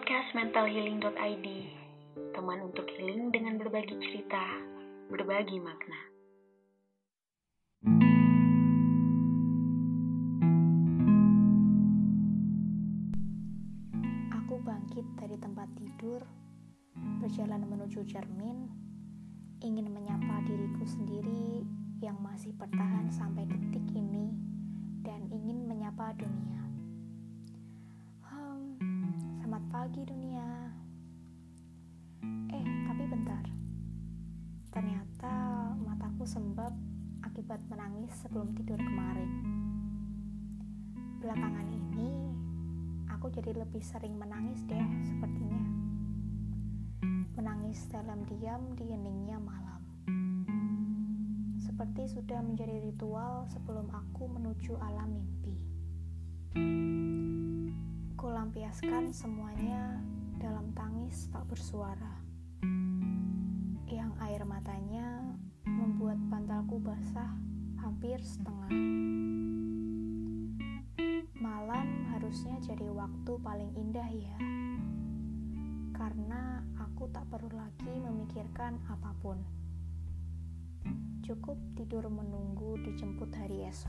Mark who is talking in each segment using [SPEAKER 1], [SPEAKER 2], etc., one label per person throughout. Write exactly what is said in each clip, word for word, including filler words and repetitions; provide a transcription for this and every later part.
[SPEAKER 1] podcast mental healing dot i d, teman untuk healing dengan berbagi cerita, berbagi makna.
[SPEAKER 2] Aku bangkit dari tempat tidur, berjalan menuju cermin, ingin menyapa diriku sendiri yang masih bertahan sampai detik ini, dan ingin menyapa dunia. Hmm, selamat pagi dunia. Eh, tapi bentar. Ternyata mataku sembab akibat menangis sebelum tidur kemarin. Belakangan ini, aku jadi lebih sering menangis deh sepertinya. Menangis dalam diam di heningnya malam. Seperti sudah menjadi ritual sebelum aku menuju alam mimpi. Kulampiaskan semuanya dalam tangis tak bersuara. Yang air matanya membuat bantalku basah hampir setengah. Malam harusnya jadi waktu paling indah ya. Karena aku tak perlu lagi memikirkan apapun. Cukup tidur menunggu dijemput hari esok.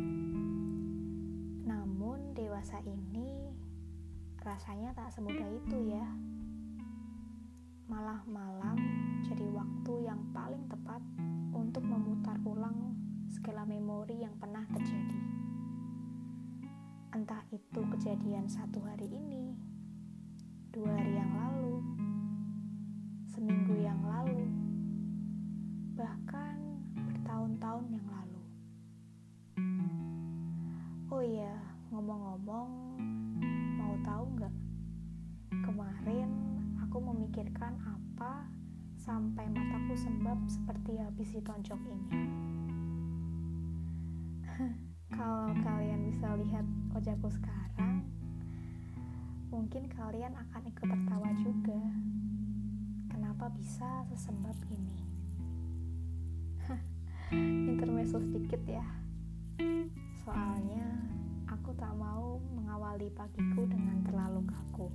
[SPEAKER 2] Namun dewasa ini rasanya tak semudah itu ya. Malah malam jadi waktu yang paling tepat untuk memutar ulang segala memori yang pernah terjadi. Entah itu kejadian satu hari ini, dua hari yang lalu, seminggu yang lalu, bahkan bertahun-tahun yang lalu. Oh iya, ngomong-ngomong, mau tahu nggak? Kemarin aku memikirkan apa sampai mataku sembab seperti habis ditonjok ini. Kalau kalian bisa lihat wajahku sekarang, mungkin kalian akan ikut tertawa juga. Kenapa bisa sesembab ini? Intermezzo sedikit ya. Soalnya aku tak mau mengawali pagiku dengan terlalu kaku.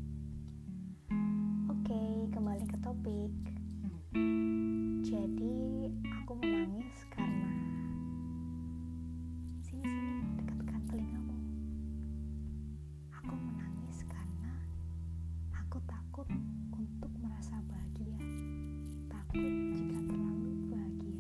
[SPEAKER 2] Oke, kembali ke topik. Jadi, aku menangis karena sini-sini dekat-dekat telingamu. Aku menangis karena aku takut untuk merasa bahagia. Takut jika terlalu bahagia.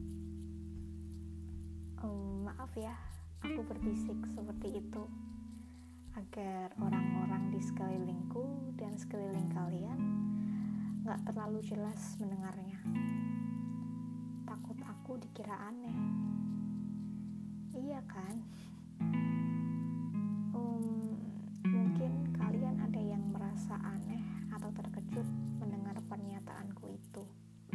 [SPEAKER 2] Um, maaf ya, aku berbisik seperti itu agar orang-orang di sekelilingku dan sekeliling kalian gak terlalu jelas mendengarnya. Takut aku dikira aneh. Iya kan? Um, mungkin kalian ada yang merasa aneh atau terkejut mendengar pernyataanku itu.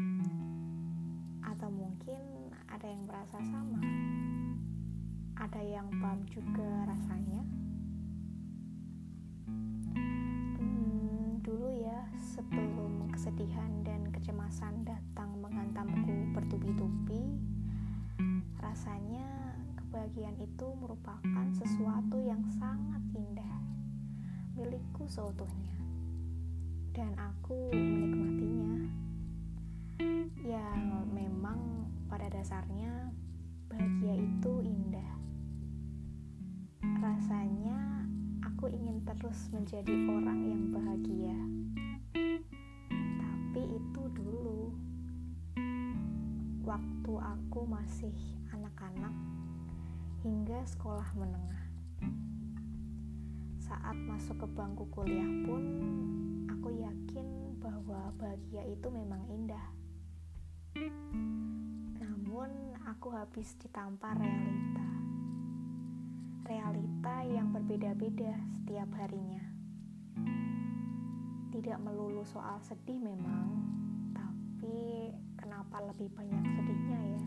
[SPEAKER 2] Atau mungkin ada yang merasa sama. Ada yang paham juga rasanya. Hmm, dulu ya, sebelum kesedihan dan kecemasan datang menghantamku bertubi-tubi, rasanya kebahagiaan itu merupakan sesuatu yang sangat indah, milikku seutuhnya, dan aku menikmatinya. Ya, memang pada dasarnya bahagia itu indah. Rasanya aku ingin terus menjadi orang yang bahagia. Tapi itu dulu, waktu aku masih anak-anak hingga sekolah menengah. Saat masuk ke bangku kuliah pun, aku yakin bahwa bahagia itu memang indah. Namun aku habis ditampar realita. Realita yang berbeda-beda setiap harinya. Tidak melulu soal sedih memang, tapi kenapa lebih banyak sedihnya ya?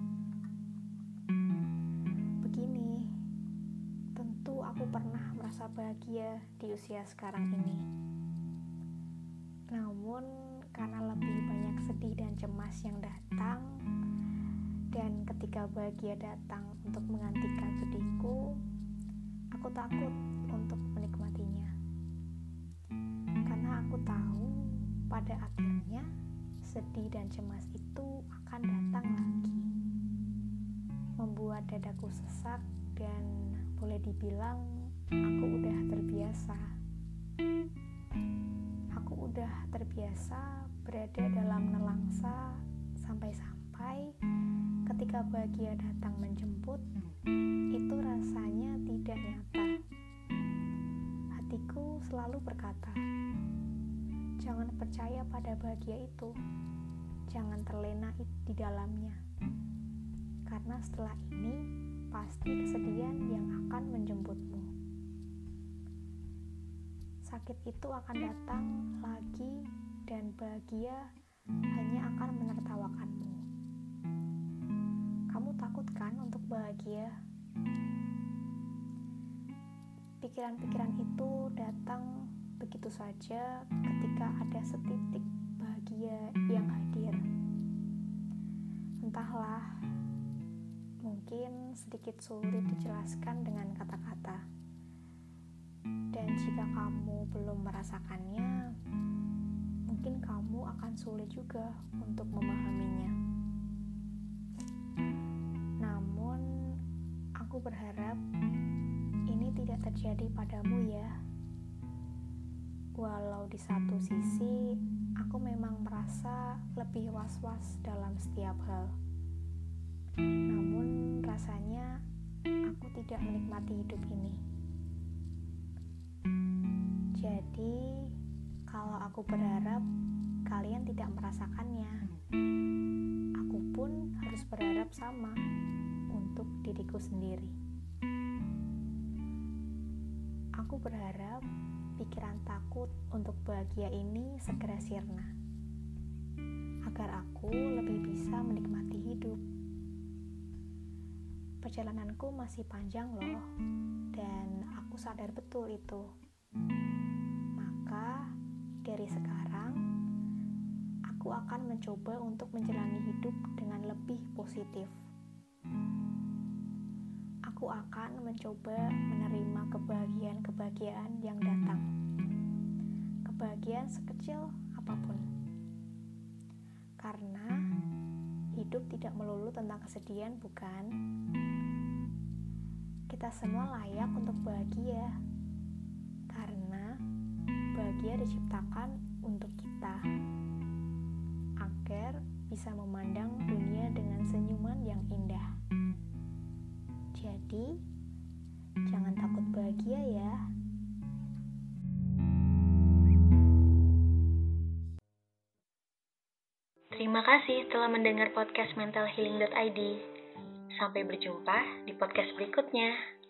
[SPEAKER 2] Begini, tentu aku pernah merasa bahagia di usia sekarang ini. Namun karena lebih banyak sedih dan cemas yang datang, dan ketika bahagia datang untuk menggantikan sedihku, aku takut untuk menikmatinya. pada akhirnya sedih dan cemas itu akan datang lagi, membuat dadaku sesak dan boleh dibilang aku udah terbiasa. Aku udah terbiasa berada dalam nelangsa sampai-sampai ketika bahagia datang menjemput, itu rasanya tidak nyata. Hatiku selalu berkata, jangan percaya pada bahagia itu, jangan terlena di dalamnya. Karena setelah ini pasti kesedihan yang akan menjemputmu. Sakit itu akan datang lagi dan bahagia hanya akan menertawakanmu. Kamu takut kan untuk bahagia? Pikiran-pikiran itu datang begitu saja ketika ada setitik bahagia yang hadir. Entahlah, mungkin sedikit sulit dijelaskan dengan kata-kata. Dan jika kamu belum merasakannya, mungkin kamu akan sulit juga untuk memahaminya. Namun, aku berharap ini tidak terjadi padamu ya. Walau di satu sisi, aku memang merasa lebih was-was dalam setiap hal. Namun, rasanya aku tidak menikmati hidup ini. Jadi, kalau aku berharap kalian tidak merasakannya, aku pun harus berharap sama untuk diriku sendiri. Aku berharap pikiran takut untuk bahagia ini segera sirna, agar aku lebih bisa menikmati hidup. Perjalananku masih panjang loh, dan aku sadar betul itu. Maka, dari sekarang, aku akan mencoba untuk menjalani hidup dengan lebih positif. Aku akan mencoba menerima kebahagiaan-kebahagiaan yang datang. Kebahagiaan sekecil apapun. Karena hidup tidak melulu tentang kesedihan, bukan? Kita semua layak untuk bahagia. Karena bahagia diciptakan untuk kita, agar bisa memandang dunia dengan senyuman yang indah. Jadi, jangan takut bahagia ya.
[SPEAKER 1] Terima kasih telah mendengar podcast mental healing dot i d. Sampai berjumpa di podcast berikutnya.